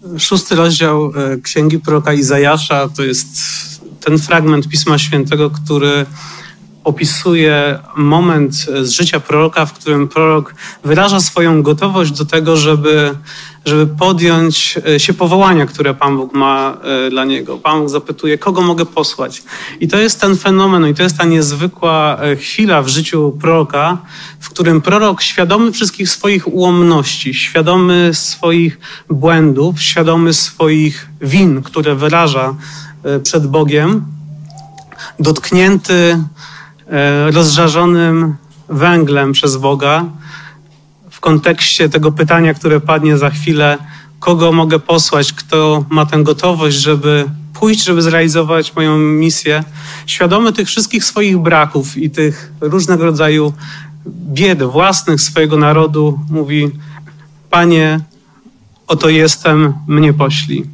6 rozdział Księgi proroka Izajasza to jest ten fragment Pisma Świętego, który opisuje moment z życia proroka, w którym prorok wyraża swoją gotowość do tego, żeby podjąć się powołania, które Pan Bóg ma dla niego. Pan Bóg zapytuje, kogo mogę posłać? I to jest ten fenomen, i to jest ta niezwykła chwila w życiu proroka, w którym prorok świadomy wszystkich swoich ułomności, świadomy swoich błędów, świadomy swoich win, które wyraża przed Bogiem, dotknięty rozżarzonym węglem przez Boga, w kontekście tego pytania, które padnie za chwilę, kogo mogę posłać, kto ma tę gotowość, żeby pójść, żeby zrealizować moją misję, świadomy tych wszystkich swoich braków i tych różnego rodzaju bied własnych swojego narodu, mówi: Panie, oto jestem, mnie poślij.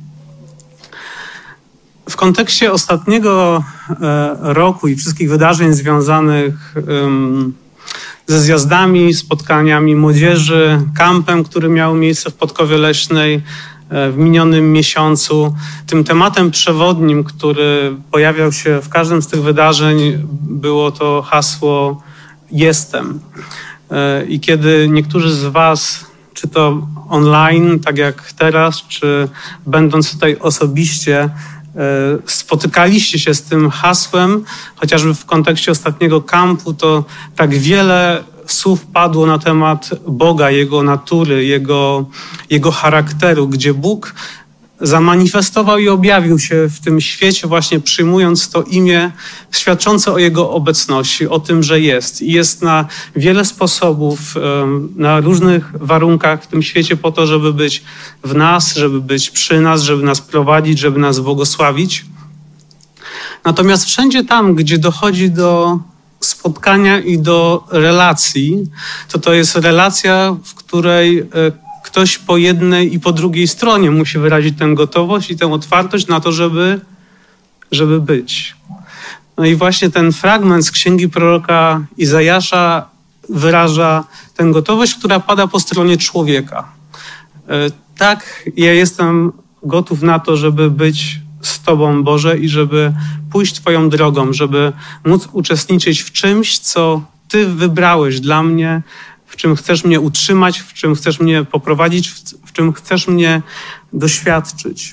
W kontekście ostatniego roku i wszystkich wydarzeń związanych ze zjazdami, spotkaniami młodzieży, kampem, który miał miejsce w Podkowie Leśnej w minionym miesiącu, tym tematem przewodnim, który pojawiał się w każdym z tych wydarzeń, było to hasło „Jestem”. I kiedy niektórzy z was, czy to online, tak jak teraz, czy będąc tutaj osobiście, spotykaliście się z tym hasłem, chociażby w kontekście ostatniego kampu, to tak wiele słów padło na temat Boga, Jego natury, Jego charakteru, gdzie Bóg zamanifestował i objawił się w tym świecie, właśnie przyjmując to imię świadczące o Jego obecności, o tym, że jest. I jest na wiele sposobów, na różnych warunkach w tym świecie po to, żeby być w nas, żeby być przy nas, żeby nas prowadzić, żeby nas błogosławić. Natomiast wszędzie tam, gdzie dochodzi do spotkania i do relacji, to jest relacja, w której ktoś po jednej i po drugiej stronie musi wyrazić tę gotowość i tę otwartość na to, żeby być. No i właśnie ten fragment z Księgi proroka Izajasza wyraża tę gotowość, która pada po stronie człowieka. Tak, ja jestem gotów na to, żeby być z Tobą, Boże, i żeby pójść Twoją drogą, żeby móc uczestniczyć w czymś, co Ty wybrałeś dla mnie, w czym chcesz mnie utrzymać, w czym chcesz mnie poprowadzić, w czym chcesz mnie doświadczyć.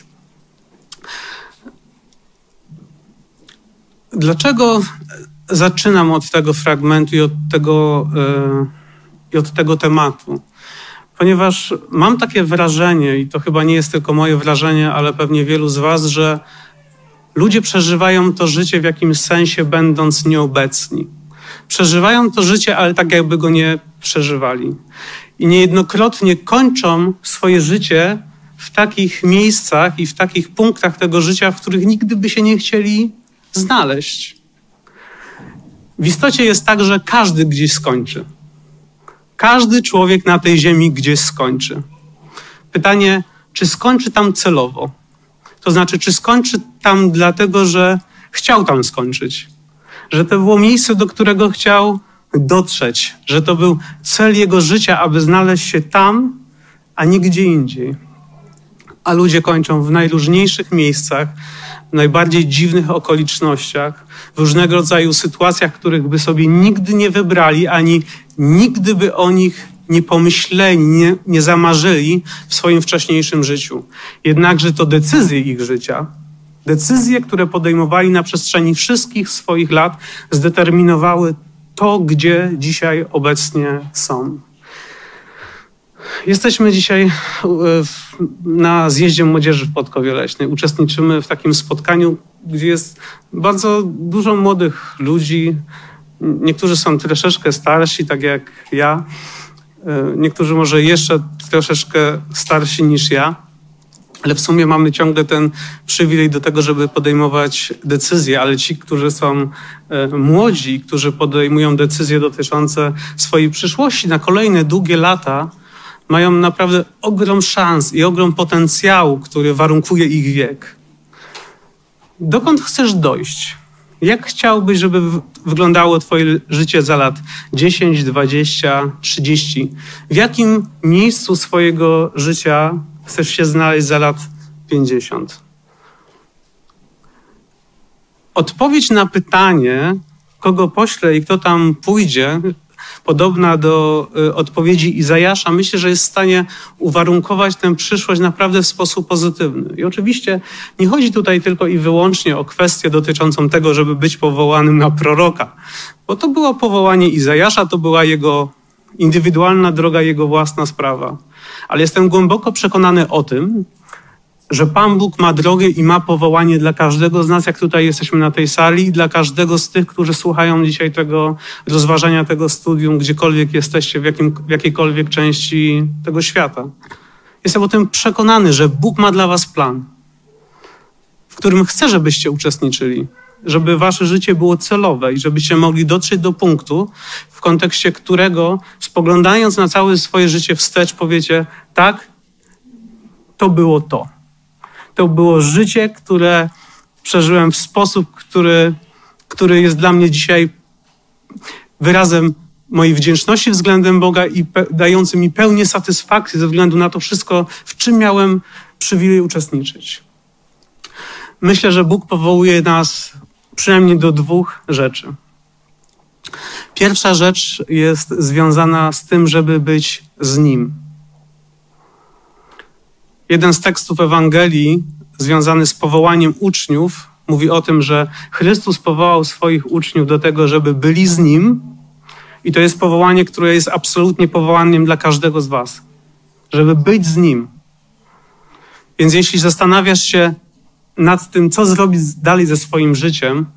Dlaczego zaczynam od tego fragmentu i od tego tematu? Ponieważ mam takie wrażenie, i to chyba nie jest tylko moje wrażenie, ale pewnie wielu z was, że ludzie przeżywają to życie w jakimś sensie będąc nieobecni. Przeżywają to życie, ale tak jakby go nie przeżywali. I niejednokrotnie kończą swoje życie w takich miejscach i w takich punktach tego życia, w których nigdy by się nie chcieli znaleźć. W istocie jest tak, że każdy gdzieś skończy. Każdy człowiek na tej ziemi gdzieś skończy. Pytanie, czy skończy tam celowo? To znaczy, czy skończy tam dlatego, że chciał tam skończyć? Że to było miejsce, do którego chciał dotrzeć, że to był cel jego życia, aby znaleźć się tam, a nie gdzie indziej. A ludzie kończą w najróżniejszych miejscach, w najbardziej dziwnych okolicznościach, w różnego rodzaju sytuacjach, których by sobie nigdy nie wybrali, ani nigdy by o nich nie pomyśleli, nie zamarzyli w swoim wcześniejszym życiu. Jednakże to decyzje ich życia, decyzje, które podejmowali na przestrzeni wszystkich swoich lat, zdeterminowały to, gdzie dzisiaj obecnie są. Jesteśmy dzisiaj na zjeździe młodzieży w Podkowie Leśnej. Uczestniczymy w takim spotkaniu, gdzie jest bardzo dużo młodych ludzi. Niektórzy są troszeczkę starsi, tak jak ja. Niektórzy może jeszcze troszeczkę starsi niż ja. Ale w sumie mamy ciągle ten przywilej do tego, żeby podejmować decyzje, ale ci, którzy są młodzi, którzy podejmują decyzje dotyczące swojej przyszłości na kolejne długie lata, mają naprawdę ogrom szans i ogrom potencjału, który warunkuje ich wiek. Dokąd chcesz dojść? Jak chciałbyś, żeby wyglądało twoje życie za lat 10, 20, 30? W jakim miejscu swojego życia chcesz się znaleźć za lat 50? Odpowiedź na pytanie, kogo poślę i kto tam pójdzie, podobna do odpowiedzi Izajasza, myślę, że jest w stanie uwarunkować tę przyszłość naprawdę w sposób pozytywny. I oczywiście nie chodzi tutaj tylko i wyłącznie o kwestię dotyczącą tego, żeby być powołanym na proroka, bo to było powołanie Izajasza, to była jego indywidualna droga, jego własna sprawa. Ale jestem głęboko przekonany o tym, że Pan Bóg ma drogę i ma powołanie dla każdego z nas, jak tutaj jesteśmy na tej sali, i dla każdego z tych, którzy słuchają dzisiaj tego rozważania, tego studium, gdziekolwiek jesteście, w jakiejkolwiek części tego świata. Jestem o tym przekonany, że Bóg ma dla was plan, w którym chce, żebyście uczestniczyli, żeby wasze życie było celowe i żebyście mogli dotrzeć do punktu, w kontekście którego, spoglądając na całe swoje życie wstecz, powiecie, tak, to było to. To było życie, które przeżyłem w sposób, który jest dla mnie dzisiaj wyrazem mojej wdzięczności względem Boga i dający mi pełnię satysfakcji ze względu na to wszystko, w czym miałem przywilej uczestniczyć. Myślę, że Bóg powołuje nas przynajmniej do dwóch rzeczy. Pierwsza rzecz jest związana z tym, żeby być z Nim. Jeden z tekstów Ewangelii związany z powołaniem uczniów mówi o tym, że Chrystus powołał swoich uczniów do tego, żeby byli z Nim i to jest powołanie, które jest absolutnie powołaniem dla każdego z was. Żeby być z Nim. Więc jeśli zastanawiasz się nad tym, co zrobić dalej ze swoim życiem,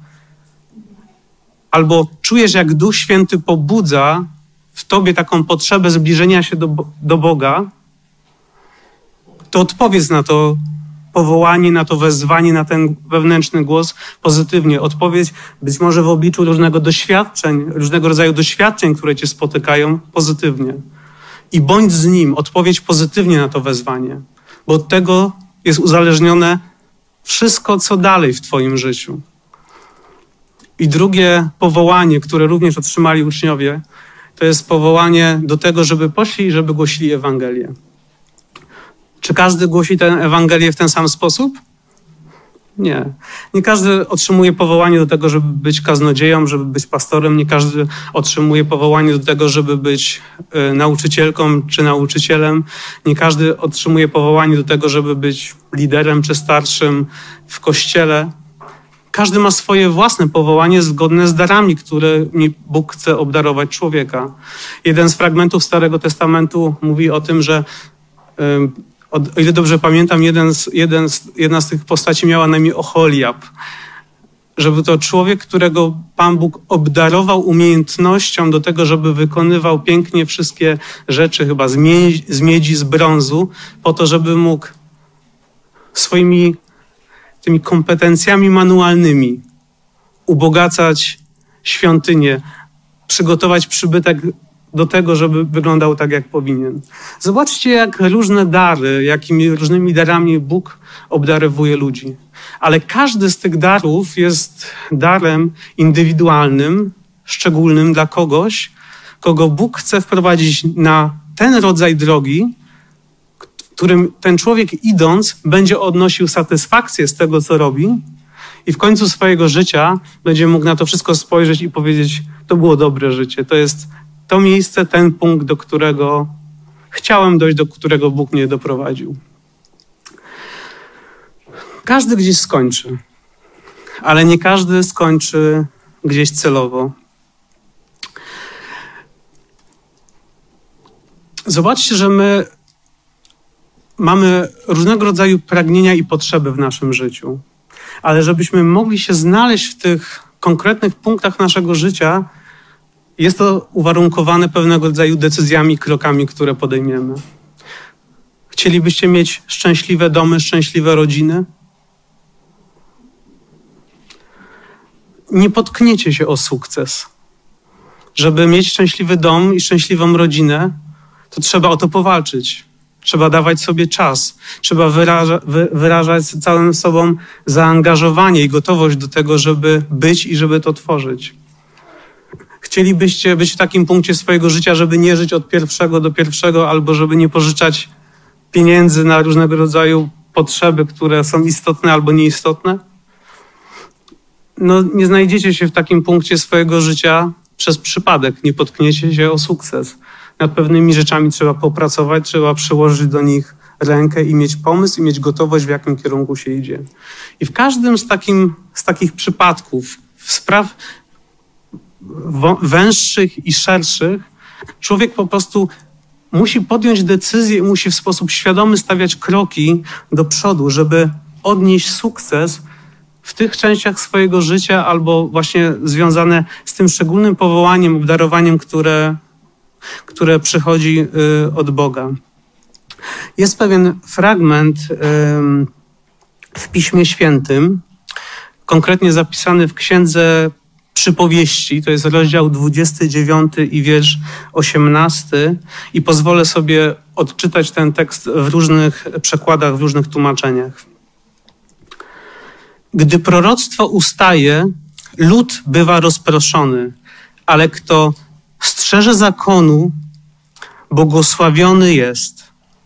albo czujesz, jak Duch Święty pobudza w tobie taką potrzebę zbliżenia się do Boga, to odpowiedz na to powołanie, na to wezwanie, na ten wewnętrzny głos pozytywnie. Odpowiedz być może w obliczu różnego rodzaju doświadczeń, które cię spotykają, pozytywnie. I bądź z Nim, odpowiedź pozytywnie na to wezwanie, bo od tego jest uzależnione wszystko, co dalej w twoim życiu. I drugie powołanie, które również otrzymali uczniowie, to jest powołanie do tego, żeby poszli i żeby głosili Ewangelię. Czy każdy głosi tę Ewangelię w ten sam sposób? Nie. Nie każdy otrzymuje powołanie do tego, żeby być kaznodzieją, żeby być pastorem. Nie każdy otrzymuje powołanie do tego, żeby być nauczycielką czy nauczycielem. Nie każdy otrzymuje powołanie do tego, żeby być liderem czy starszym w kościele. Każdy ma swoje własne powołanie zgodne z darami, którymi Bóg chce obdarować człowieka. Jeden z fragmentów Starego Testamentu mówi o tym, że o ile dobrze pamiętam, jedna z tych postaci miała na imię Oholiab. Żeby to człowiek, którego Pan Bóg obdarował umiejętnością do tego, żeby wykonywał pięknie wszystkie rzeczy, chyba z miedzi, z brązu, po to, żeby mógł swoimi tymi kompetencjami manualnymi ubogacać świątynię, przygotować przybytek do tego, żeby wyglądał tak, jak powinien. Zobaczcie, jak różne dary, jakimi różnymi darami Bóg obdarowuje ludzi. Ale każdy z tych darów jest darem indywidualnym, szczególnym dla kogoś, kogo Bóg chce wprowadzić na ten rodzaj drogi, którym ten człowiek idąc będzie odnosił satysfakcję z tego, co robi i w końcu swojego życia będzie mógł na to wszystko spojrzeć i powiedzieć, to było dobre życie, to jest to miejsce, ten punkt, do którego chciałem dojść, do którego Bóg mnie doprowadził. Każdy gdzieś skończy, ale nie każdy skończy gdzieś celowo. Zobaczcie, że my mamy różnego rodzaju pragnienia i potrzeby w naszym życiu, ale żebyśmy mogli się znaleźć w tych konkretnych punktach naszego życia, jest to uwarunkowane pewnego rodzaju decyzjami, krokami, które podejmiemy. Chcielibyście mieć szczęśliwe domy, szczęśliwe rodziny? Nie potkniecie się o sukces. Żeby mieć szczęśliwy dom i szczęśliwą rodzinę, to trzeba o to powalczyć. Trzeba dawać sobie czas. Trzeba wyrażać całym sobą zaangażowanie i gotowość do tego, żeby być i żeby to tworzyć. Chcielibyście być w takim punkcie swojego życia, żeby nie żyć od pierwszego do pierwszego, albo żeby nie pożyczać pieniędzy na różnego rodzaju potrzeby, które są istotne albo nieistotne? No, nie znajdziecie się w takim punkcie swojego życia przez przypadek, nie potkniecie się o sukces. Nad pewnymi rzeczami trzeba popracować, trzeba przyłożyć do nich rękę i mieć pomysł i mieć gotowość, w jakim kierunku się idzie. I w każdym z takich przypadków, spraw węższych i szerszych, człowiek po prostu musi podjąć decyzję i musi w sposób świadomy stawiać kroki do przodu, żeby odnieść sukces w tych częściach swojego życia albo właśnie związane z tym szczególnym powołaniem, obdarowaniem, które przychodzi od Boga. Jest pewien fragment w Piśmie Świętym, konkretnie zapisany w Księdze Przypowieści, to jest rozdział 29 i wiersz 18 i pozwolę sobie odczytać ten tekst w różnych przekładach, w różnych tłumaczeniach. Gdy proroctwo ustaje, lud bywa rozproszony, ale kto strzeże zakonu, błogosławiony jest.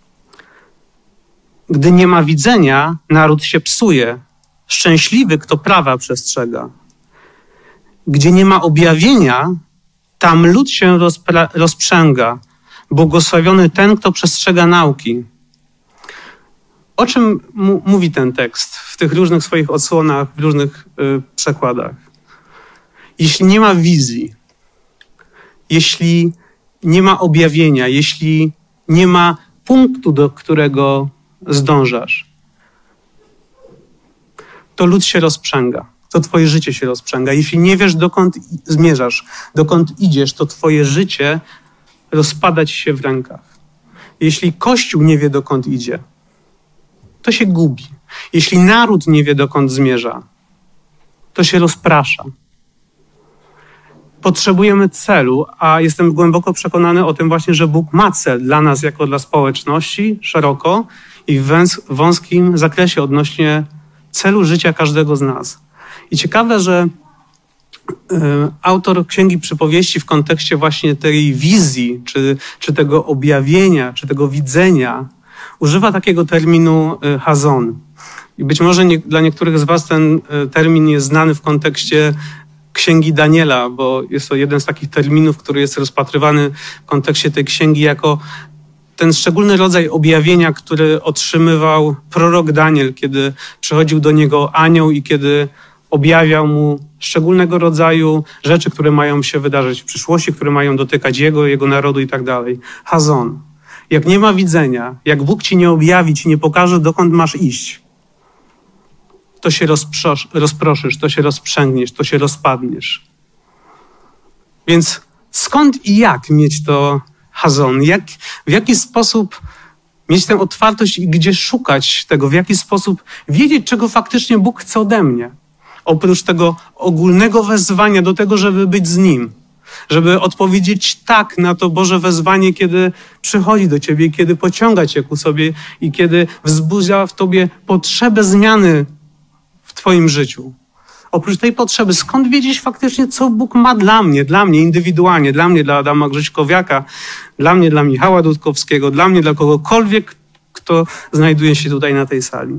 Gdy nie ma widzenia, naród się psuje. Szczęśliwy, kto prawa przestrzega. Gdzie nie ma objawienia, tam lud się rozprzęga. Błogosławiony ten, kto przestrzega nauki. O czym mówi ten tekst w tych różnych swoich odsłonach, w różnych przekładach? Jeśli nie ma wizji, jeśli nie ma objawienia, jeśli nie ma punktu, do którego zdążasz, to lud się rozprzęga, to twoje życie się rozprzęga. Jeśli nie wiesz, dokąd zmierzasz, dokąd idziesz, to twoje życie rozpada ci się w rękach. Jeśli Kościół nie wie, dokąd idzie, to się gubi. Jeśli naród nie wie, dokąd zmierza, to się rozprasza. Potrzebujemy celu, a jestem głęboko przekonany o tym właśnie, że Bóg ma cel dla nas jako dla społeczności szeroko i w wąskim zakresie odnośnie celu życia każdego z nas. I ciekawe, że autor Księgi Przypowieści w kontekście właśnie tej wizji, czy tego objawienia, czy tego widzenia, używa takiego terminu chazon. I być może dla niektórych z was ten termin jest znany w kontekście Księgi Daniela, bo jest to jeden z takich terminów, który jest rozpatrywany w kontekście tej księgi jako ten szczególny rodzaj objawienia, który otrzymywał prorok Daniel, kiedy przychodził do niego anioł i kiedy objawiał mu szczególnego rodzaju rzeczy, które mają się wydarzyć w przyszłości, które mają dotykać jego narodu i tak dalej. Chazon. Jak nie ma widzenia, jak Bóg ci nie objawi, ci nie pokaże, dokąd masz iść, to się rozproszysz, to się rozprzęgniesz, to się rozpadniesz. Więc skąd i jak mieć to chazon? W jaki sposób mieć tę otwartość i gdzie szukać tego? W jaki sposób wiedzieć, czego faktycznie Bóg chce ode mnie? Oprócz tego ogólnego wezwania do tego, żeby być z Nim. Żeby odpowiedzieć tak na to Boże wezwanie, kiedy przychodzi do ciebie, kiedy pociąga cię ku sobie i kiedy wzbudza w tobie potrzebę zmiany w twoim życiu. Oprócz tej potrzeby, skąd wiedzieć faktycznie, co Bóg ma dla mnie indywidualnie, dla mnie, dla Adama Grześkowiaka, dla mnie, dla Michała Dudkowskiego, dla mnie, dla kogokolwiek, kto znajduje się tutaj na tej sali.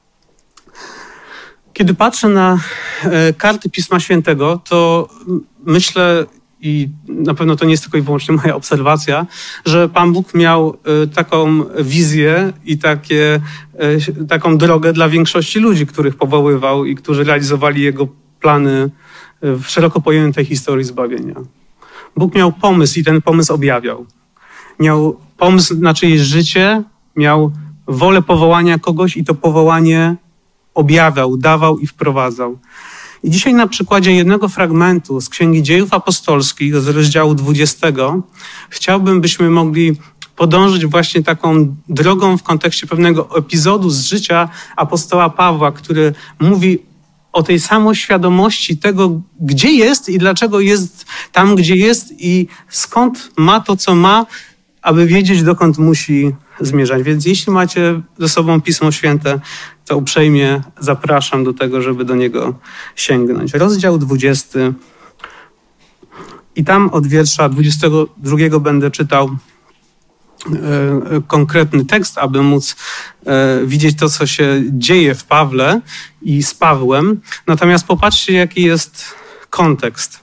Kiedy patrzę na karty Pisma Świętego, to myślę, i na pewno to nie jest tylko i wyłącznie moja obserwacja, że Pan Bóg miał taką wizję i taką drogę dla większości ludzi, których powoływał i którzy realizowali Jego plany w szeroko pojętej historii zbawienia. Bóg miał pomysł i ten pomysł objawiał. Miał pomysł na czyjeś życie, miał wolę powołania kogoś i to powołanie objawiał, dawał i wprowadzał. I dzisiaj na przykładzie jednego fragmentu z Księgi Dziejów Apostolskich, z rozdziału 20, chciałbym, byśmy mogli podążyć właśnie taką drogą w kontekście pewnego epizodu z życia apostoła Pawła, który mówi o tej samoświadomości tego, gdzie jest i dlaczego jest tam, gdzie jest i skąd ma to, co ma, aby wiedzieć, dokąd musi zmierzać. Więc jeśli macie ze sobą Pismo Święte, to uprzejmie zapraszam do tego, żeby do niego sięgnąć. Rozdział 20 i tam od wiersza 22 będę czytał konkretny tekst, aby móc widzieć to, co się dzieje w Pawle i z Pawłem. Natomiast popatrzcie, jaki jest kontekst.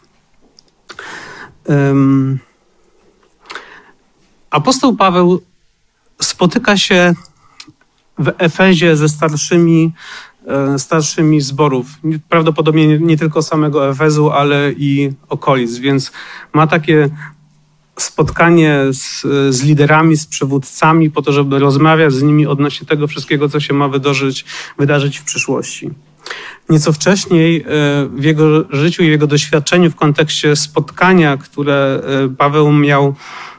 Apostoł Paweł spotyka się w Efezie ze starszymi zborów. Prawdopodobnie nie tylko samego Efezu, ale i okolic. Więc ma takie spotkanie z liderami, z przywódcami po to, żeby rozmawiać z nimi odnośnie tego wszystkiego, co się ma wydarzyć w przyszłości. Nieco wcześniej w jego życiu i jego doświadczeniu w kontekście spotkania, które Paweł miał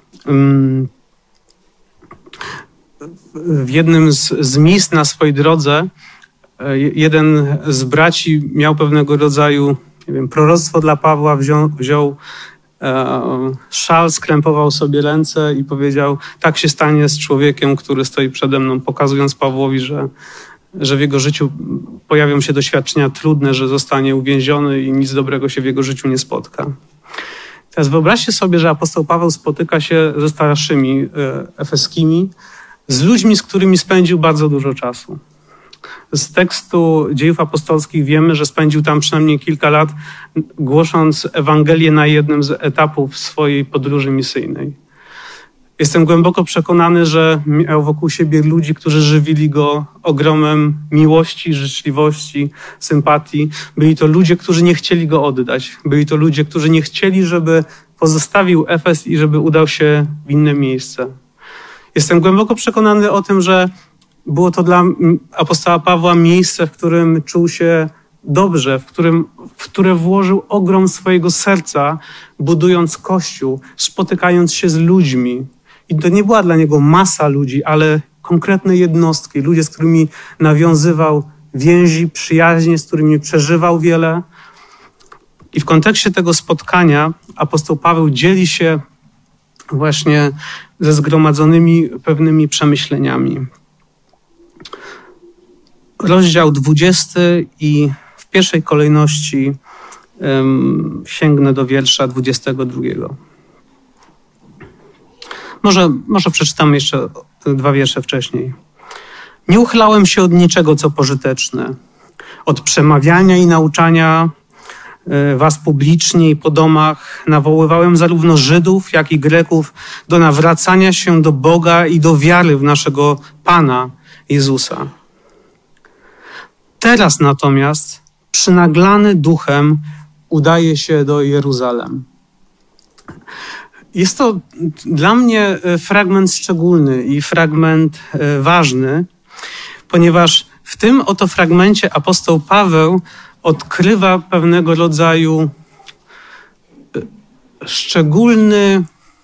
w jednym z miejsc na swojej drodze, jeden z braci miał pewnego rodzaju, nie wiem, proroctwo dla Pawła, wziął szal, skrępował sobie ręce i powiedział: tak się stanie z człowiekiem, który stoi przede mną, pokazując Pawłowi, że w jego życiu pojawią się doświadczenia trudne, że zostanie uwięziony i nic dobrego się w jego życiu nie spotka. Teraz wyobraźcie sobie, że apostoł Paweł spotyka się ze starszymi efeskimi, z ludźmi, z którymi spędził bardzo dużo czasu. Z tekstu Dziejów Apostolskich wiemy, że spędził tam przynajmniej kilka lat, głosząc Ewangelię na jednym z etapów swojej podróży misyjnej. Jestem głęboko przekonany, że miał wokół siebie ludzi, którzy żywili go ogromem miłości, życzliwości, sympatii. Byli to ludzie, którzy nie chcieli go oddać. Byli to ludzie, którzy nie chcieli, żeby pozostawił Efes i żeby udał się w inne miejsce. Jestem głęboko przekonany o tym, że było to dla apostoła Pawła miejsce, w którym czuł się dobrze, w które włożył ogrom swojego serca, budując Kościół, spotykając się z ludźmi. I to nie była dla niego masa ludzi, ale konkretne jednostki, ludzie, z którymi nawiązywał więzi, przyjaźnie, z którymi przeżywał wiele. I w kontekście tego spotkania apostoł Paweł dzieli się właśnie ze zgromadzonymi pewnymi przemyśleniami. Rozdział 20 i w pierwszej kolejności sięgnę do wiersza 22. Może przeczytam jeszcze 2 wiersze wcześniej. Nie uchylałem się od niczego, co pożyteczne. Od przemawiania i nauczania was publicznie i po domach nawoływałem zarówno Żydów, jak i Greków do nawracania się do Boga i do wiary w naszego Pana Jezusa. Teraz natomiast, przynaglany duchem, udaje się do Jeruzalem. Jest to dla mnie fragment szczególny i fragment ważny, ponieważ w tym oto fragmencie apostoł Paweł odkrywa pewnego rodzaju szczególny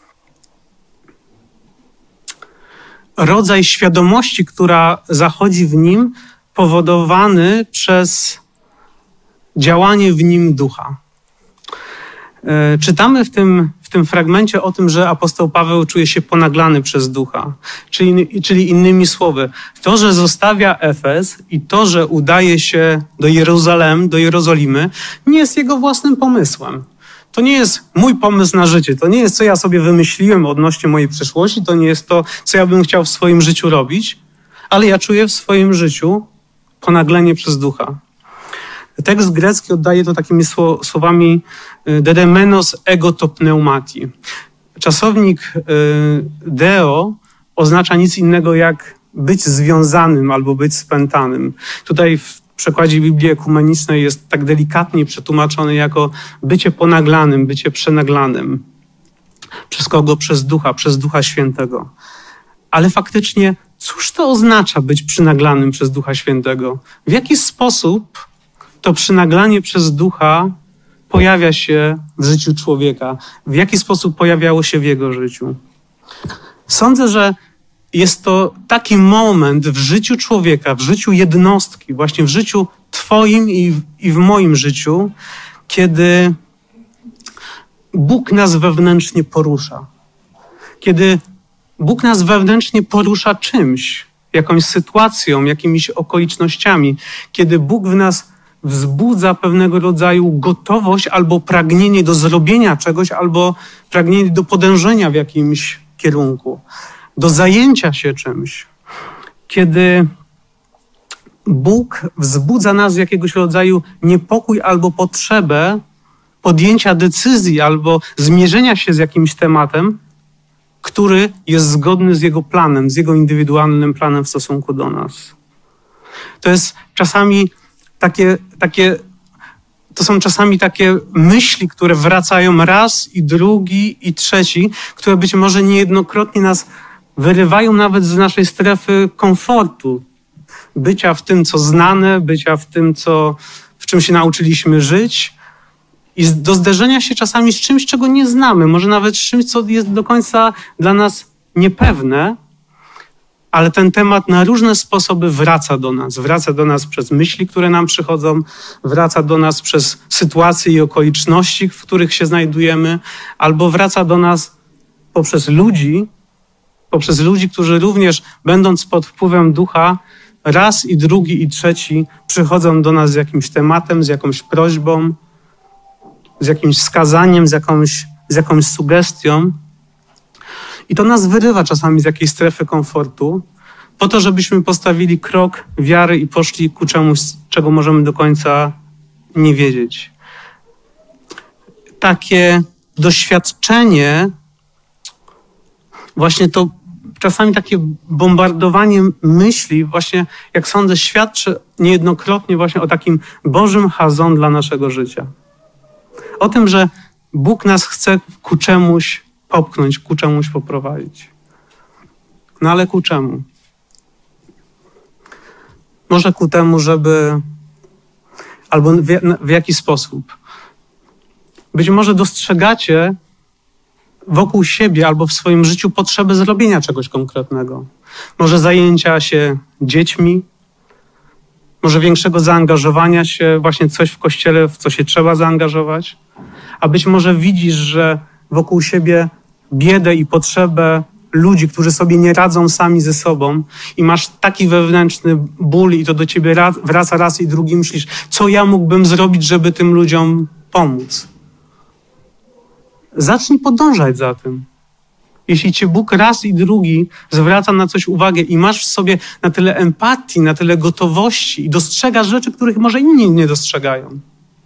rodzaj świadomości, która zachodzi w nim, powodowany przez działanie w nim ducha. Czytamy w tym fragmencie o tym, że apostoł Paweł czuje się ponaglany przez ducha. Czyli innymi słowy, to, że zostawia Efes i to, że udaje się do Jerozolimy, nie jest jego własnym pomysłem. To nie jest mój pomysł na życie. To nie jest, co ja sobie wymyśliłem odnośnie mojej przyszłości. To nie jest to, co ja bym chciał w swoim życiu robić, ale ja czuję w swoim życiu ponaglenie przez ducha. Tekst grecki oddaje to takimi słowami dedemenos ego to pneumati. Czasownik deo oznacza nic innego jak być związanym albo być spętanym. Tutaj w przekładzie Biblii Ekumenicznej jest tak delikatnie przetłumaczony jako bycie ponaglanym, bycie przenaglanym. Przez kogo? Przez Ducha Świętego. Ale faktycznie, cóż to oznacza być przynaglanym przez Ducha Świętego? W jaki sposób to przynaglanie przez Ducha pojawia się w życiu człowieka? W jaki sposób pojawiało się w jego życiu? Sądzę, że jest to taki moment w życiu człowieka, w życiu jednostki, właśnie w życiu twoim i w moim życiu, kiedy Bóg nas wewnętrznie porusza. Kiedy Bóg nas wewnętrznie porusza czymś, jakąś sytuacją, jakimiś okolicznościami. Kiedy Bóg w nas wzbudza pewnego rodzaju gotowość albo pragnienie do zrobienia czegoś, albo pragnienie do podążenia w jakimś kierunku. do zajęcia się czymś, kiedy Bóg wzbudza nas w jakiegoś rodzaju niepokój albo potrzebę podjęcia decyzji albo zmierzenia się z jakimś tematem, który jest zgodny z Jego planem, z Jego indywidualnym planem w stosunku do nas. To jest czasami to są czasami takie myśli, które wracają raz i drugi i trzeci, które być może niejednokrotnie nas wyrywają nawet z naszej strefy komfortu. Bycia w tym, co znane, bycia w tym, w czym się nauczyliśmy żyć i do zderzenia się czasami z czymś, czego nie znamy, może nawet z czymś, co jest do końca dla nas niepewne, ale ten temat na różne sposoby wraca do nas. Wraca do nas przez myśli, które nam przychodzą, wraca do nas przez sytuacje i okoliczności, w których się znajdujemy, albo wraca do nas poprzez ludzi, którzy również, będąc pod wpływem ducha, raz i drugi i trzeci przychodzą do nas z jakimś tematem, z jakąś prośbą, z jakimś wskazaniem, z jakąś sugestią. I to nas wyrywa czasami z jakiejś strefy komfortu, po to, żebyśmy postawili krok wiary i poszli ku czemuś, czego możemy do końca nie wiedzieć. Takie doświadczenie, właśnie to czasami takie bombardowanie myśli, właśnie jak sądzę, świadczy niejednokrotnie właśnie o takim Bożym chazon dla naszego życia. O tym, że Bóg nas chce ku czemuś popchnąć, ku czemuś poprowadzić. No ale ku czemu? Może ku temu, żeby... Albo w jaki sposób? Być może dostrzegacie wokół siebie albo w swoim życiu potrzebę zrobienia czegoś konkretnego. Może zajęcia się dziećmi, może większego zaangażowania się, właśnie coś w kościele, w co się trzeba zaangażować. A być może widzisz, że wokół siebie biedę i potrzebę ludzi, którzy sobie nie radzą sami ze sobą i masz taki wewnętrzny ból i to do ciebie wraca raz i drugi, myślisz, co ja mógłbym zrobić, żeby tym ludziom pomóc. Zacznij podążać za tym. Jeśli ci Bóg raz i drugi zwraca na coś uwagę i masz w sobie na tyle empatii, na tyle gotowości i dostrzegasz rzeczy, których może inni nie dostrzegają,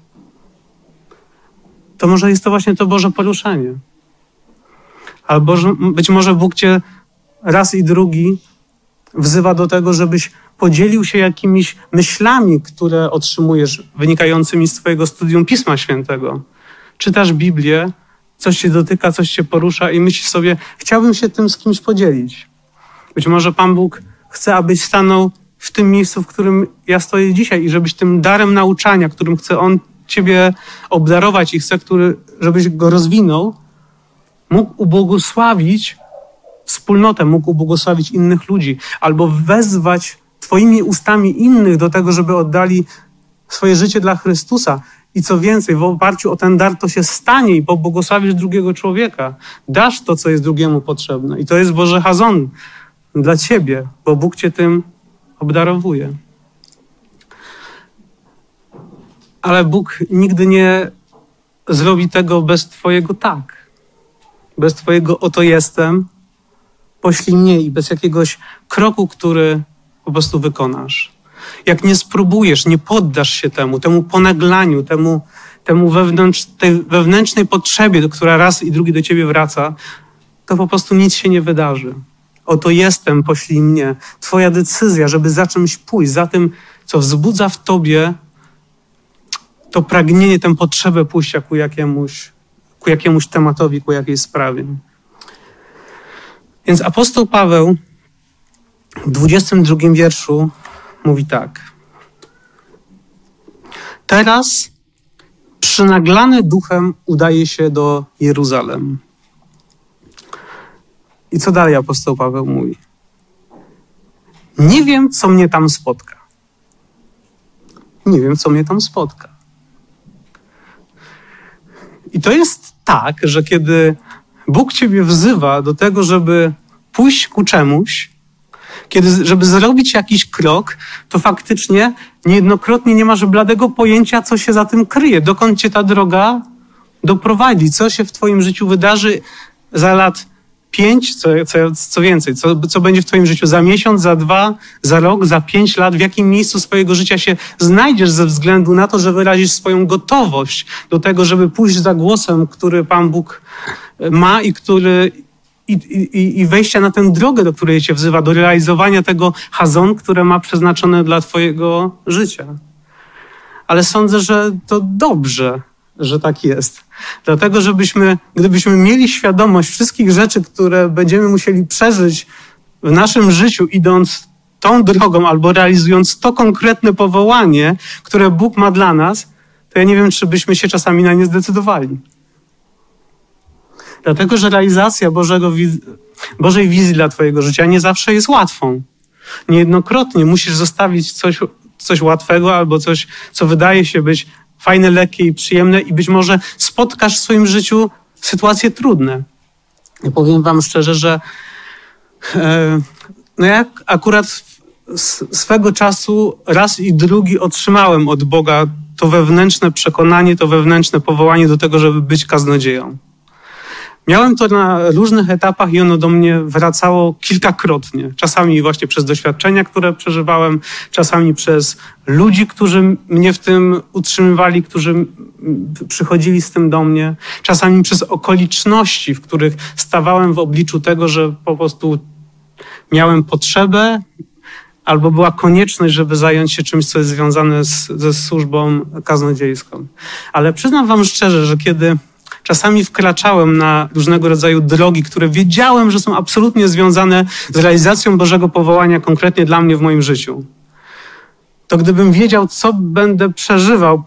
to może jest to właśnie to Boże poruszenie. Albo być może Bóg cię raz i drugi wzywa do tego, żebyś podzielił się jakimiś myślami, które otrzymujesz, wynikającymi z twojego studium Pisma Świętego. Czytasz Biblię, coś cię dotyka, coś cię porusza i myślisz sobie, chciałbym się tym z kimś podzielić. Być może Pan Bóg chce, abyś stanął w tym miejscu, w którym ja stoję dzisiaj i żebyś tym darem nauczania, którym chce On ciebie obdarować i chce, żebyś go rozwinął, mógł ubłogosławić wspólnotę, mógł ubłogosławić innych ludzi albo wezwać twoimi ustami innych do tego, żeby oddali swoje życie dla Chrystusa. I co więcej, w oparciu o ten dar to się stanie i pobłogosławisz drugiego człowieka. Dasz to, co jest drugiemu potrzebne. I to jest Boży chazon dla ciebie, bo Bóg cię tym obdarowuje. Ale Bóg nigdy nie zrobi tego bez twojego tak. Bez twojego oto jestem, poślij mnie i bez jakiegoś kroku, który po prostu wykonasz. Jak nie spróbujesz, nie poddasz się temu ponaglaniu, tej wewnętrznej potrzebie, która raz i drugi do ciebie wraca, to po prostu nic się nie wydarzy. Oto jestem, poślij mnie. Twoja decyzja, żeby za czymś pójść, za tym, co wzbudza w tobie to pragnienie, tę potrzebę pójścia ku jakiemuś tematowi, ku jakiejś sprawie. Więc apostoł Paweł w 22 wierszu mówi tak. Teraz przynaglany duchem udaje się do Jeruzalem. I co dalej apostoł Paweł mówi? Nie wiem, co mnie tam spotka. Nie wiem, co mnie tam spotka. I to jest tak, że kiedy Bóg ciebie wzywa do tego, żeby pójść ku czemuś, żeby zrobić jakiś krok, to faktycznie niejednokrotnie nie masz bladego pojęcia, co się za tym kryje, dokąd cię ta droga doprowadzi, co się w twoim życiu wydarzy za lat 5, co więcej, co będzie w twoim życiu za miesiąc, za 2, za rok, za 5 lat, w jakim miejscu swojego życia się znajdziesz ze względu na to, że wyrazisz swoją gotowość do tego, żeby pójść za głosem, który Pan Bóg ma i wejścia na tę drogę, do której cię wzywa, do realizowania tego chazon, które ma przeznaczone dla twojego życia. Ale sądzę, że to dobrze, że tak jest. Dlatego, gdybyśmy mieli świadomość wszystkich rzeczy, które będziemy musieli przeżyć w naszym życiu, idąc tą drogą albo realizując to konkretne powołanie, które Bóg ma dla nas, to ja nie wiem, czy byśmy się czasami na nie zdecydowali. Dlatego, że realizacja Bożej wizji dla twojego życia nie zawsze jest łatwą. Niejednokrotnie musisz zostawić coś łatwego albo coś, co wydaje się być fajne, lekkie i przyjemne i być może spotkasz w swoim życiu sytuacje trudne. Ja powiem wam szczerze, że ja akurat swego czasu raz i drugi otrzymałem od Boga to wewnętrzne przekonanie, to wewnętrzne powołanie do tego, żeby być kaznodzieją. Miałem to na różnych etapach i ono do mnie wracało kilkakrotnie. Czasami właśnie przez doświadczenia, które przeżywałem, czasami przez ludzi, którzy mnie w tym utrzymywali, którzy przychodzili z tym do mnie, czasami przez okoliczności, w których stawałem w obliczu tego, że po prostu miałem potrzebę albo była konieczność, żeby zająć się czymś, co jest związane ze służbą kaznodziejską. Ale przyznam wam szczerze, że kiedy czasami wkraczałem na różnego rodzaju drogi, które wiedziałem, że są absolutnie związane z realizacją Bożego powołania konkretnie dla mnie w moim życiu, to gdybym wiedział, co będę przeżywał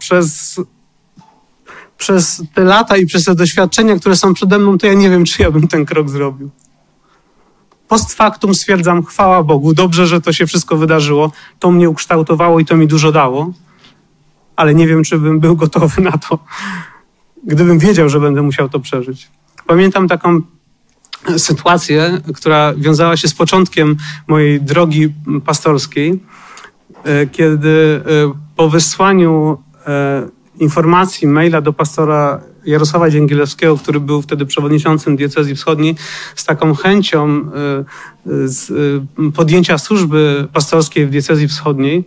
przez te lata i przez te doświadczenia, które są przede mną, to ja nie wiem, czy ja bym ten krok zrobił. Post factum stwierdzam, chwała Bogu, dobrze, że to się wszystko wydarzyło, to mnie ukształtowało i to mi dużo dało, ale nie wiem, czy bym był gotowy na to, gdybym wiedział, że będę musiał to przeżyć. Pamiętam taką sytuację, która wiązała się z początkiem mojej drogi pastorskiej, kiedy po wysłaniu informacji, maila do pastora Jarosława Dzięgielewskiego, który był wtedy przewodniczącym diecezji wschodniej, z taką chęcią podjęcia służby pastorskiej w diecezji wschodniej,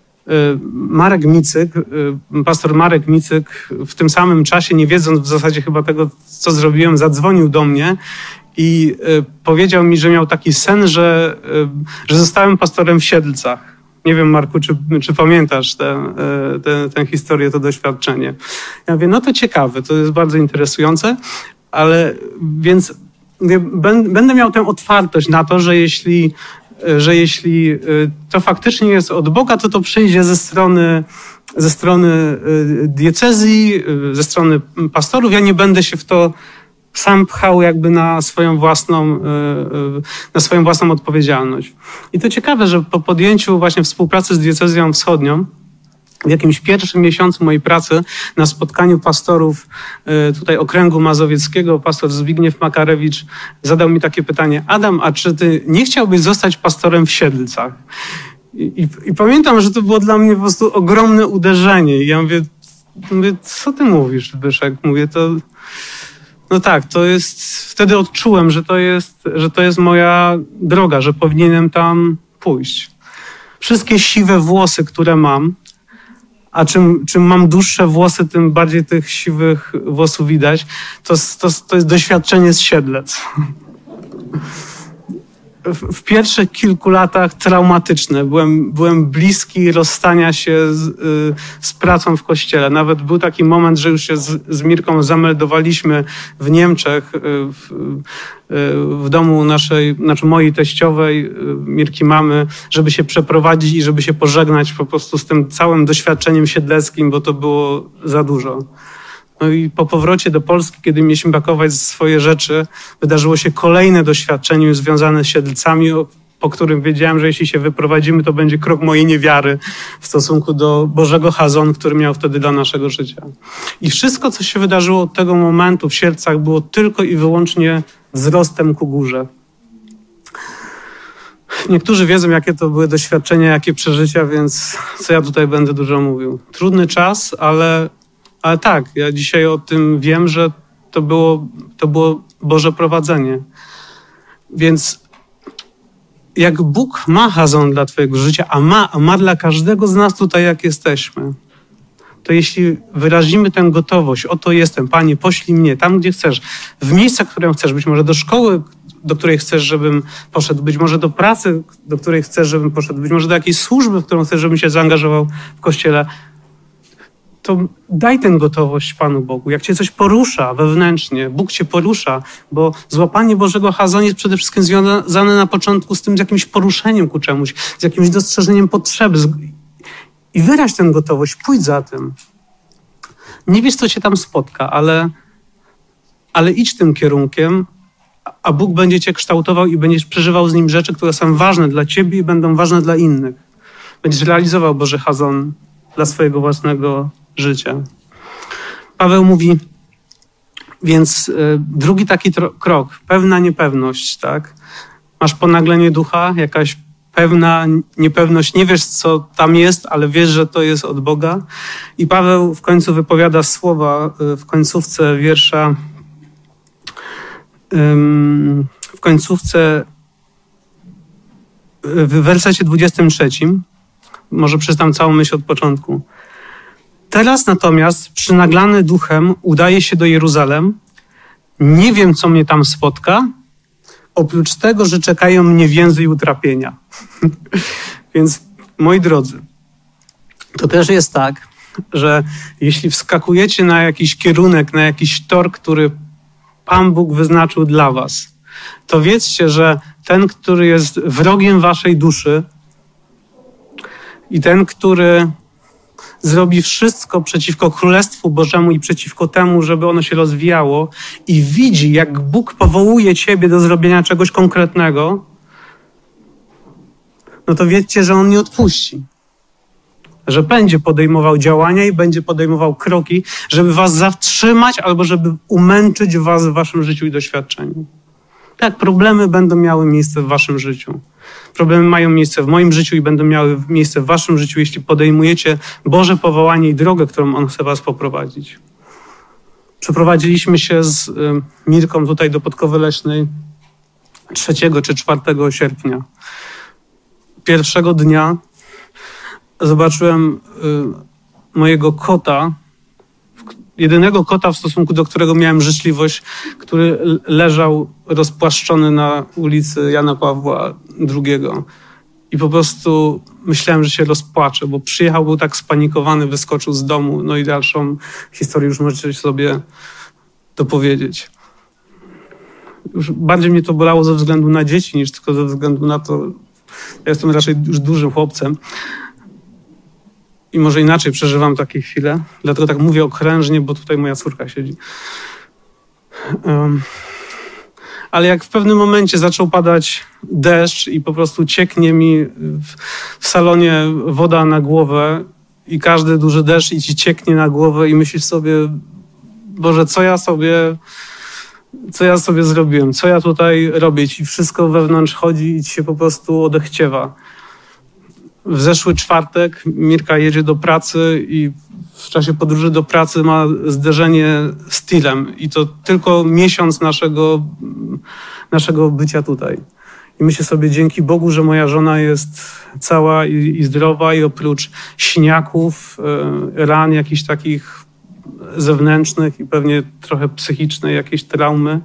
pastor Marek Micyk w tym samym czasie, nie wiedząc w zasadzie chyba tego, co zrobiłem, zadzwonił do mnie i powiedział mi, że miał taki sen, że zostałem pastorem w Siedlcach. Nie wiem, Marku, czy pamiętasz tę historię, to doświadczenie. Ja mówię, no to ciekawe, to jest bardzo interesujące, ale więc będę miał tę otwartość na to, że jeśli to faktycznie jest od Boga, to przyjdzie ze strony diecezji, ze strony pastorów. Ja nie będę się w to sam pchał jakby na swoją własną odpowiedzialność. I to ciekawe, że po podjęciu właśnie współpracy z diecezją wschodnią, w jakimś pierwszym miesiącu mojej pracy na spotkaniu pastorów tutaj okręgu mazowieckiego, pastor Zbigniew Makarewicz zadał mi takie pytanie: Adam, a czy ty nie chciałbyś zostać pastorem w Siedlcach? I pamiętam, że to było dla mnie po prostu ogromne uderzenie. I ja mówię, co ty mówisz, Zbyszek? Mówię, no tak, to jest, wtedy odczułem, że to jest moja droga, że powinienem tam pójść. Wszystkie siwe włosy, które mam, a czym mam dłuższe włosy, tym bardziej tych siwych włosów widać, to jest doświadczenie z Siedlec. W pierwszych kilku latach traumatyczne. Byłem bliski rozstania się z pracą w kościele. Nawet był taki moment, że już się z Mirką zameldowaliśmy w Niemczech, w domu mojej teściowej, Mirki mamy, żeby się przeprowadzić i żeby się pożegnać po prostu z tym całym doświadczeniem siedleckim, bo to było za dużo. No i po powrocie do Polski, kiedy mieliśmy pakować swoje rzeczy, wydarzyło się kolejne doświadczenie związane z Siedlcami, po którym wiedziałem, że jeśli się wyprowadzimy, to będzie krok mojej niewiary w stosunku do Bożego chazonu, który miał wtedy dla naszego życia. I wszystko, co się wydarzyło od tego momentu w Siedlcach, było tylko i wyłącznie wzrostem ku górze. Niektórzy wiedzą, jakie to były doświadczenia, jakie przeżycia, więc co ja tutaj będę dużo mówił. Trudny czas, ale tak, ja dzisiaj o tym wiem, że to było Boże prowadzenie. Więc jak Bóg ma chazon dla twojego życia, a ma dla każdego z nas tutaj, jak jesteśmy, to jeśli wyrazimy tę gotowość, oto jestem, Panie, poślij mnie tam, gdzie chcesz, w miejsce, w którym chcesz, być może do szkoły, do której chcesz, żebym poszedł, być może do pracy, do której chcesz, żebym poszedł, być może do jakiejś służby, w którą chcesz, żebym się zaangażował w Kościele, to daj tę gotowość Panu Bogu. Jak cię coś porusza wewnętrznie, Bóg cię porusza, bo złapanie Bożego chazonu jest przede wszystkim związane na początku z tym, z jakimś poruszeniem ku czemuś, z jakimś dostrzeżeniem potrzeby. I wyraź tę gotowość, pójdź za tym. Nie wiesz, co cię tam spotka, ale idź tym kierunkiem, a Bóg będzie cię kształtował i będziesz przeżywał z Nim rzeczy, które są ważne dla ciebie i będą ważne dla innych. Będziesz realizował Boży chazon dla swojego własnego życia. Paweł mówi, więc drugi taki krok, pewna niepewność, tak? Masz ponaglenie ducha, jakaś pewna niepewność, nie wiesz, co tam jest, ale wiesz, że to jest od Boga. I Paweł w końcu wypowiada słowa w końcówce wiersza, w wersecie 23, może przeczytam całą myśl od początku. Teraz natomiast, przynaglany duchem, udaję się do Jeruzalem. Nie wiem, co mnie tam spotka, oprócz tego, że czekają mnie więzy i utrapienia. Więc, moi drodzy, to też jest tak, że jeśli wskakujecie na jakiś kierunek, na jakiś tor, który Pan Bóg wyznaczył dla was, to wiedzcie, że ten, który jest wrogiem waszej duszy i ten, który zrobi wszystko przeciwko Królestwu Bożemu i przeciwko temu, żeby ono się rozwijało i widzi, jak Bóg powołuje ciebie do zrobienia czegoś konkretnego, no to wiedzcie, że On nie odpuści. Że będzie podejmował działania i będzie podejmował kroki, żeby was zatrzymać albo żeby umęczyć was w waszym życiu i doświadczeniu. Tak, problemy będą miały miejsce w waszym życiu. Problemy mają miejsce w moim życiu i będą miały miejsce w waszym życiu, jeśli podejmujecie Boże powołanie i drogę, którą On chce was poprowadzić. Przeprowadziliśmy się z Mirką tutaj do Podkowy Leśnej 3 czy 4 sierpnia. Pierwszego dnia zobaczyłem mojego kota, jedynego kota, w stosunku do którego miałem życzliwość, który leżał rozpłaszczony na ulicy Jana Pawła II. I po prostu myślałem, że się rozpłaczę, bo przyjechał, był tak spanikowany, wyskoczył z domu. No i dalszą historię już możecie sobie dopowiedzieć. Już bardziej mnie to bolało ze względu na dzieci, niż tylko ze względu na to, ja jestem raczej już dużym chłopcem. I może inaczej przeżywam takie chwile. Dlatego tak mówię okrężnie, bo tutaj moja córka siedzi. Ale jak w pewnym momencie zaczął padać deszcz i po prostu cieknie mi w salonie woda na głowę i każdy duży deszcz i ci cieknie na głowę i myślisz sobie, Boże, co ja sobie zrobiłem? Co ja tutaj robię? Ci wszystko wewnątrz chodzi i ci się po prostu odechciewa. W zeszły czwartek Mirka jedzie do pracy i w czasie podróży do pracy ma zderzenie z tirem. I to tylko miesiąc naszego bycia tutaj. I myślę sobie, dzięki Bogu, że moja żona jest cała i zdrowa i oprócz siniaków, ran jakichś takich zewnętrznych i pewnie trochę psychicznej jakiejś traumy,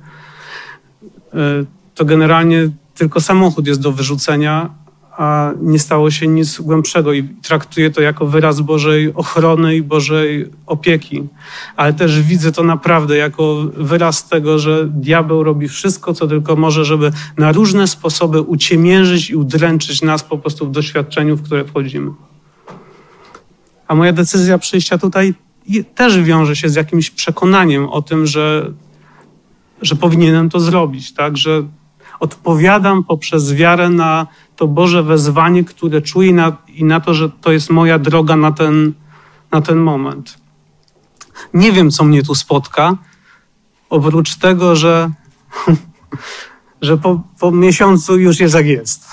to generalnie tylko samochód jest do wyrzucenia, a nie stało się nic głębszego i traktuję to jako wyraz Bożej ochrony i Bożej opieki. Ale też widzę to naprawdę jako wyraz tego, że diabeł robi wszystko, co tylko może, żeby na różne sposoby uciemiężyć i udręczyć nas po prostu w doświadczeniu, w które wchodzimy. A moja decyzja przyjścia tutaj też wiąże się z jakimś przekonaniem o tym, że powinienem to zrobić, tak? Że odpowiadam poprzez wiarę na to Boże wezwanie, które czuję i na to, że to jest moja droga na ten moment. Nie wiem, co mnie tu spotka, oprócz tego, że po miesiącu już jest jak jest.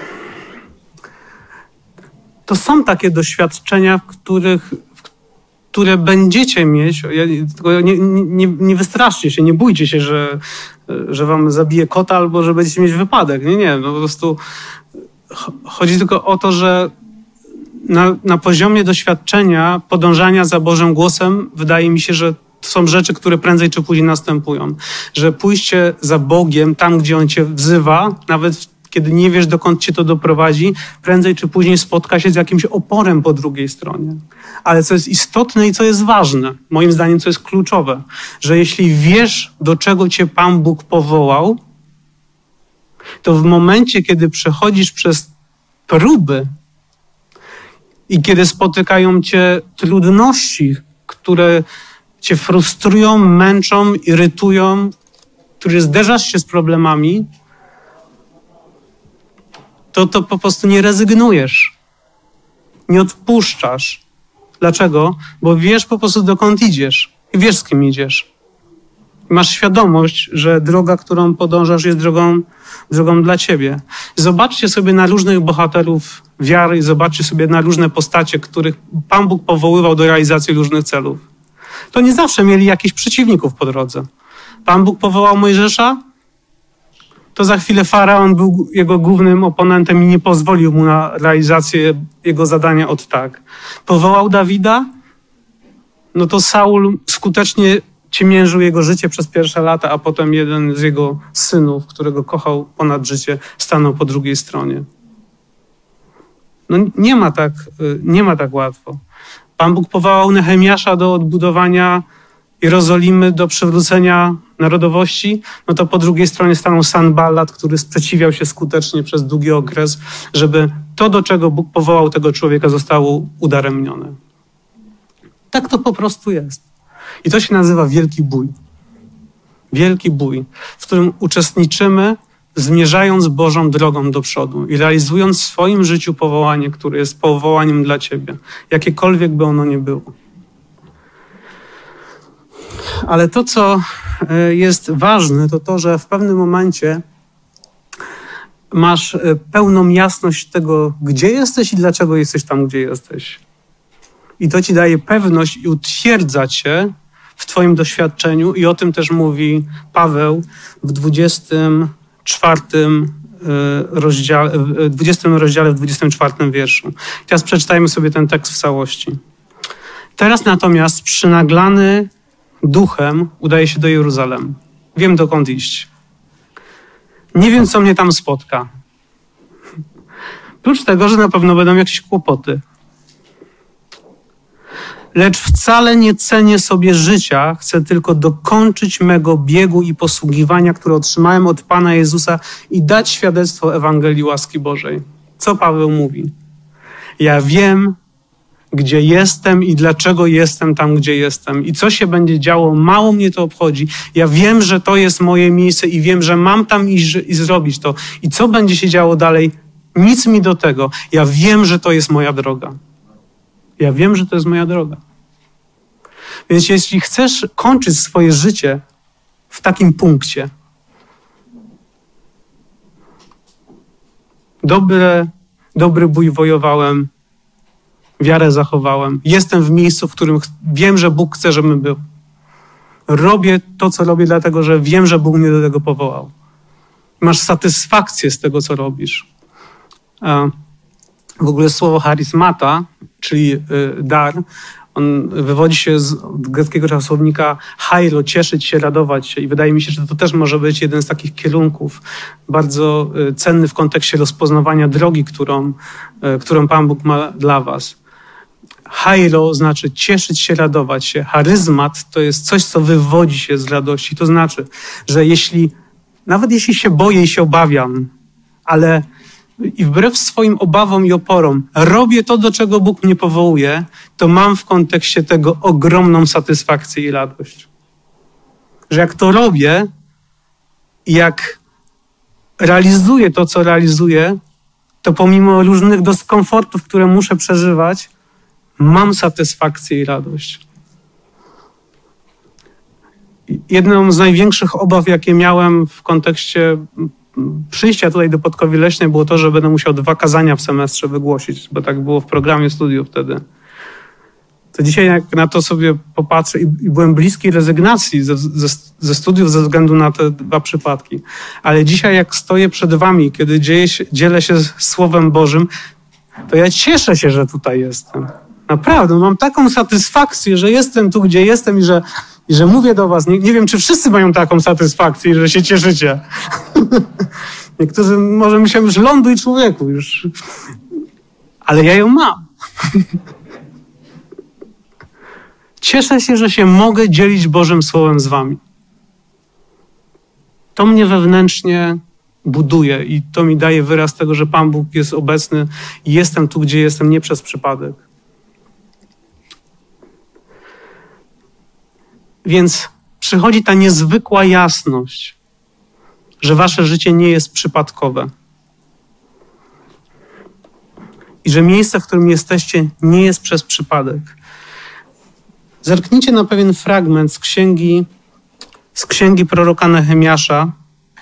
To są takie doświadczenia, które będziecie mieć, tylko nie wystraszcie się, nie bójcie się, że wam zabije kota albo że będziecie mieć wypadek. Nie, no po prostu chodzi tylko o to, że na poziomie doświadczenia, podążania za Bożym głosem, wydaje mi się, że to są rzeczy, które prędzej czy później następują. Że pójście za Bogiem tam, gdzie On cię wzywa, nawet kiedy nie wiesz, dokąd cię to doprowadzi, prędzej czy później spotka się z jakimś oporem po drugiej stronie. Ale co jest istotne i co jest ważne, moim zdaniem co jest kluczowe, że jeśli wiesz, do czego cię Pan Bóg powołał, to w momencie, kiedy przechodzisz przez próby i kiedy spotykają cię trudności, które cię frustrują, męczą, irytują, które zderzasz się z problemami, to po prostu nie rezygnujesz. Nie odpuszczasz. Dlaczego? Bo wiesz po prostu, dokąd idziesz. I wiesz, z kim idziesz. I masz świadomość, że droga, którą podążasz, jest drogą dla ciebie. Zobaczcie sobie na różnych bohaterów wiary i zobaczcie sobie na różne postacie, których Pan Bóg powoływał do realizacji różnych celów. To nie zawsze mieli jakichś przeciwników po drodze. Pan Bóg powołał Mojżesza, to za chwilę Faraon był jego głównym oponentem i nie pozwolił mu na realizację jego zadania od tak. Powołał Dawida, no to Saul skutecznie ciemiężył jego życie przez pierwsze lata, a potem jeden z jego synów, którego kochał ponad życie, stanął po drugiej stronie. No nie ma tak łatwo. Pan Bóg powołał Nehemiasza do odbudowania Jerozolimy, do przywrócenia narodowości, no to po drugiej stronie stanął Sanballat, który sprzeciwiał się skutecznie przez długi okres, żeby to, do czego Bóg powołał tego człowieka, zostało udaremnione. Tak to po prostu jest. I to się nazywa wielki bój. Wielki bój, w którym uczestniczymy, zmierzając Bożą drogą do przodu i realizując w swoim życiu powołanie, które jest powołaniem dla ciebie, jakiekolwiek by ono nie było. Ale to, co jest ważne, to to, że w pewnym momencie masz pełną jasność tego, gdzie jesteś i dlaczego jesteś tam, gdzie jesteś. I to ci daje pewność i utwierdza cię w twoim doświadczeniu i o tym też mówi Paweł w 20 rozdziale, w 24 wierszu. I teraz przeczytajmy sobie ten tekst w całości. Teraz natomiast przynaglany duchem udaje się do Jeruzalem. Wiem, dokąd iść. Nie wiem, co mnie tam spotka. Prócz tego, że na pewno będą jakieś kłopoty. Lecz wcale nie cenię sobie życia, chcę tylko dokończyć mego biegu i posługiwania, które otrzymałem od Pana Jezusa i dać świadectwo Ewangelii łaski Bożej. Co Paweł mówi? Ja wiem, gdzie jestem i dlaczego jestem tam, gdzie jestem. I co się będzie działo, mało mnie to obchodzi. Ja wiem, że to jest moje miejsce i wiem, że mam tam iść i zrobić to. I co będzie się działo dalej, nic mi do tego. Ja wiem, że to jest moja droga. Ja wiem, że to jest moja droga. Więc jeśli chcesz kończyć swoje życie w takim punkcie, dobry bój wojowałem, wiarę zachowałem, jestem w miejscu, w którym wiem, że Bóg chce, żebym był. Robię to, co robię, dlatego że wiem, że Bóg mnie do tego powołał. Masz satysfakcję z tego, co robisz. W ogóle słowo charyzmata, czyli dar, on wywodzi się z greckiego czasownika chairo, cieszyć się, radować się. I wydaje mi się, że to też może być jeden z takich kierunków bardzo cenny w kontekście rozpoznawania drogi, którą Pan Bóg ma dla was. Chairo znaczy cieszyć się, radować się. Charyzmat to jest coś, co wywodzi się z radości. To znaczy, że nawet jeśli się boję i się obawiam, ale i wbrew swoim obawom i oporom robię to, do czego Bóg mnie powołuje, to mam w kontekście tego ogromną satysfakcję i radość. Że jak to robię i jak realizuję to, co realizuję, to pomimo różnych dyskomfortów, które muszę przeżywać, mam satysfakcję i radość. Jedną z największych obaw, jakie miałem w kontekście przyjścia tutaj do Podkowy Leśnej, było to, że będę musiał 2 kazania w semestrze wygłosić, bo tak było w programie studiów wtedy. To dzisiaj jak na to sobie popatrzę i byłem bliski rezygnacji ze studiów ze względu na te 2 przypadki. Ale dzisiaj jak stoję przed wami, kiedy dzielę się Słowem Bożym, to ja cieszę się, że tutaj jestem. Naprawdę, mam taką satysfakcję, że jestem tu, gdzie jestem i że mówię do was. Nie wiem, czy wszyscy mają taką satysfakcję, że się cieszycie. Niektórzy może myślą, że ląduj człowieku już. Ale ja ją mam. Cieszę się, że się mogę dzielić Bożym Słowem z wami. To mnie wewnętrznie buduje i to mi daje wyraz tego, że Pan Bóg jest obecny i jestem tu, gdzie jestem, nie przez przypadek. Więc przychodzi ta niezwykła jasność, że wasze życie nie jest przypadkowe. I że miejsce, w którym jesteście, nie jest przez przypadek. Zerknijcie na pewien fragment z księgi proroka Nehemiasza.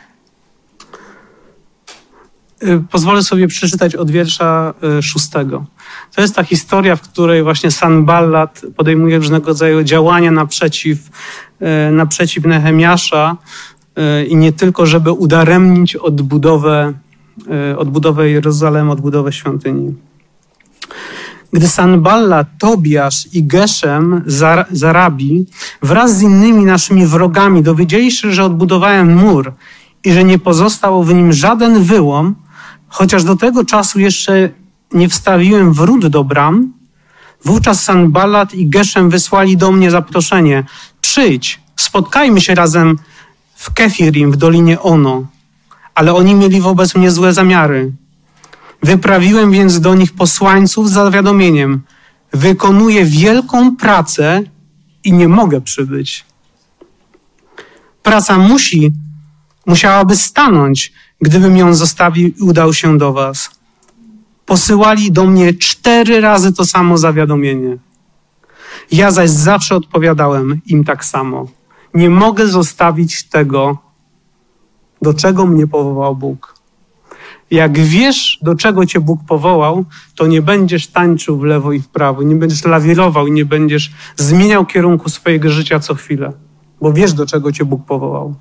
Pozwolę sobie przeczytać od wiersza 6. To jest ta historia, w której właśnie Sanballat podejmuje różnego rodzaju działania naprzeciw Nehemiasza i nie tylko, żeby udaremnić odbudowę Jerozolemu, odbudowę świątyni. Gdy Sanballat, Tobiasz i Geszem Zarabi wraz z innymi naszymi wrogami dowiedzieli się, że odbudowałem mur i że nie pozostał w nim żaden wyłom, chociaż do tego czasu jeszcze nie wstawiłem wrót do bram, wówczas Sanballat i Geszem wysłali do mnie zaproszenie: przyjdź, spotkajmy się razem w Kefirim w Dolinie Ono. Ale oni mieli wobec mnie złe zamiary. Wyprawiłem więc do nich posłańców z zawiadomieniem: wykonuję wielką pracę i nie mogę przybyć. Praca musiałaby stanąć, gdybym ją zostawił i udał się do was. Posyłali do mnie 4 razy to samo zawiadomienie. Ja zaś zawsze odpowiadałem im tak samo: nie mogę zostawić tego, do czego mnie powołał Bóg. Jak wiesz, do czego cię Bóg powołał, to nie będziesz tańczył w lewo i w prawo, nie będziesz lawirował i nie będziesz zmieniał kierunku swojego życia co chwilę, bo wiesz, do czego cię Bóg powołał.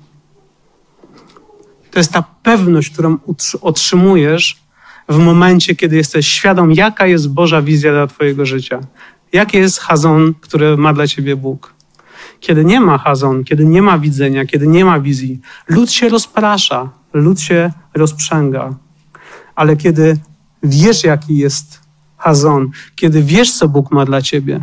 To jest ta pewność, którą otrzymujesz w momencie, kiedy jesteś świadom, jaka jest Boża wizja dla twojego życia. Jaki jest chazon, który ma dla ciebie Bóg. Kiedy nie ma chazon, kiedy nie ma widzenia, kiedy nie ma wizji, lud się rozprasza, lud się rozprzęga. Ale kiedy wiesz, jaki jest chazon, kiedy wiesz, co Bóg ma dla ciebie,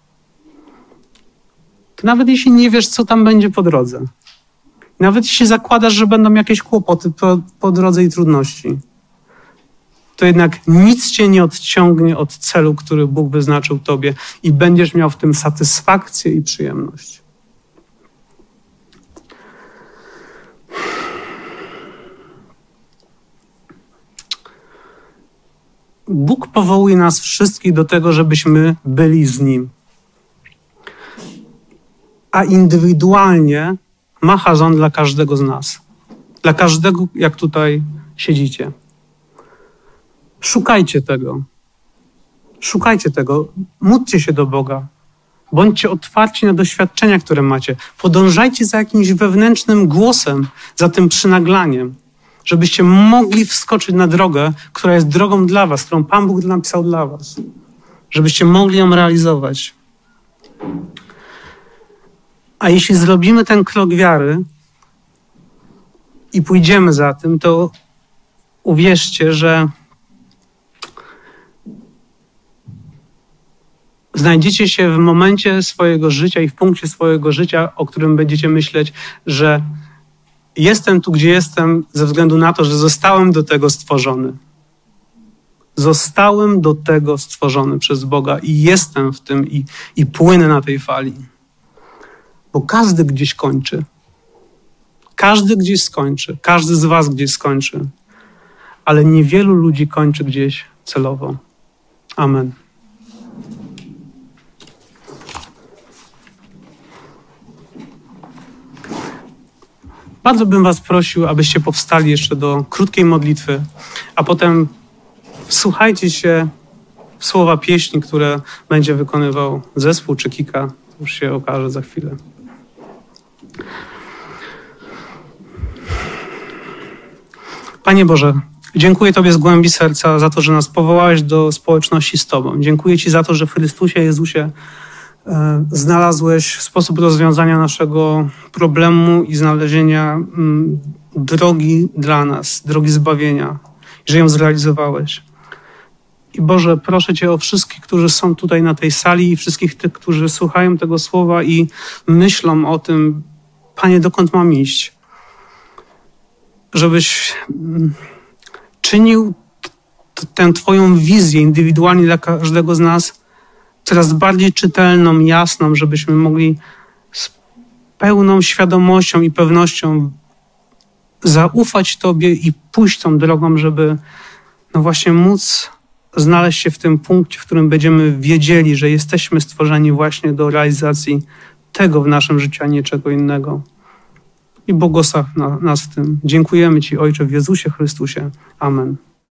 to nawet jeśli nie wiesz, co tam będzie po drodze, nawet jeśli zakładasz, że będą jakieś kłopoty po drodze i trudności, to jednak nic cię nie odciągnie od celu, który Bóg wyznaczył tobie i będziesz miał w tym satysfakcję i przyjemność. Bóg powołuje nas wszystkich do tego, żebyśmy byli z Nim. A indywidualnie ma chazon dla każdego z nas. Dla każdego, jak tutaj siedzicie. Szukajcie tego. Szukajcie tego. Módlcie się do Boga. Bądźcie otwarci na doświadczenia, które macie. Podążajcie za jakimś wewnętrznym głosem, za tym przynaglaniem, żebyście mogli wskoczyć na drogę, która jest drogą dla was, którą Pan Bóg napisał dla was. Żebyście mogli ją realizować. A jeśli zrobimy ten krok wiary i pójdziemy za tym, to uwierzcie, że znajdziecie się w momencie swojego życia i w punkcie swojego życia, o którym będziecie myśleć, że jestem tu, gdzie jestem ze względu na to, że zostałem do tego stworzony. Zostałem do tego stworzony przez Boga i jestem w tym i płynę na tej fali. Bo każdy gdzieś kończy. Każdy gdzieś skończy. Każdy z was gdzieś skończy. Ale niewielu ludzi kończy gdzieś celowo. Amen. Bardzo bym was prosił, abyście powstali jeszcze do krótkiej modlitwy, a potem wsłuchajcie się słowa pieśni, które będzie wykonywał zespół czy Kika. Już się okaże za chwilę. Panie Boże, dziękuję Tobie z głębi serca za to, że nas powołałeś do społeczności z Tobą. Dziękuję Ci za to, że w Chrystusie Jezusie znalazłeś sposób rozwiązania naszego problemu i znalezienia drogi dla nas, drogi zbawienia, że ją zrealizowałeś. I Boże, proszę Cię o wszystkich, którzy są tutaj na tej sali i wszystkich tych, którzy słuchają tego słowa i myślą o tym, Panie, dokąd mam iść? Żebyś czynił tę Twoją wizję indywidualnie dla każdego z nas coraz bardziej czytelną, jasną, żebyśmy mogli z pełną świadomością i pewnością zaufać Tobie i pójść tą drogą, żeby właśnie móc znaleźć się w tym punkcie, w którym będziemy wiedzieli, że jesteśmy stworzeni właśnie do realizacji tego w naszym życiu, a nie czego innego. I błogosław nas w tym. Dziękujemy Ci, Ojcze, w Jezusie Chrystusie. Amen.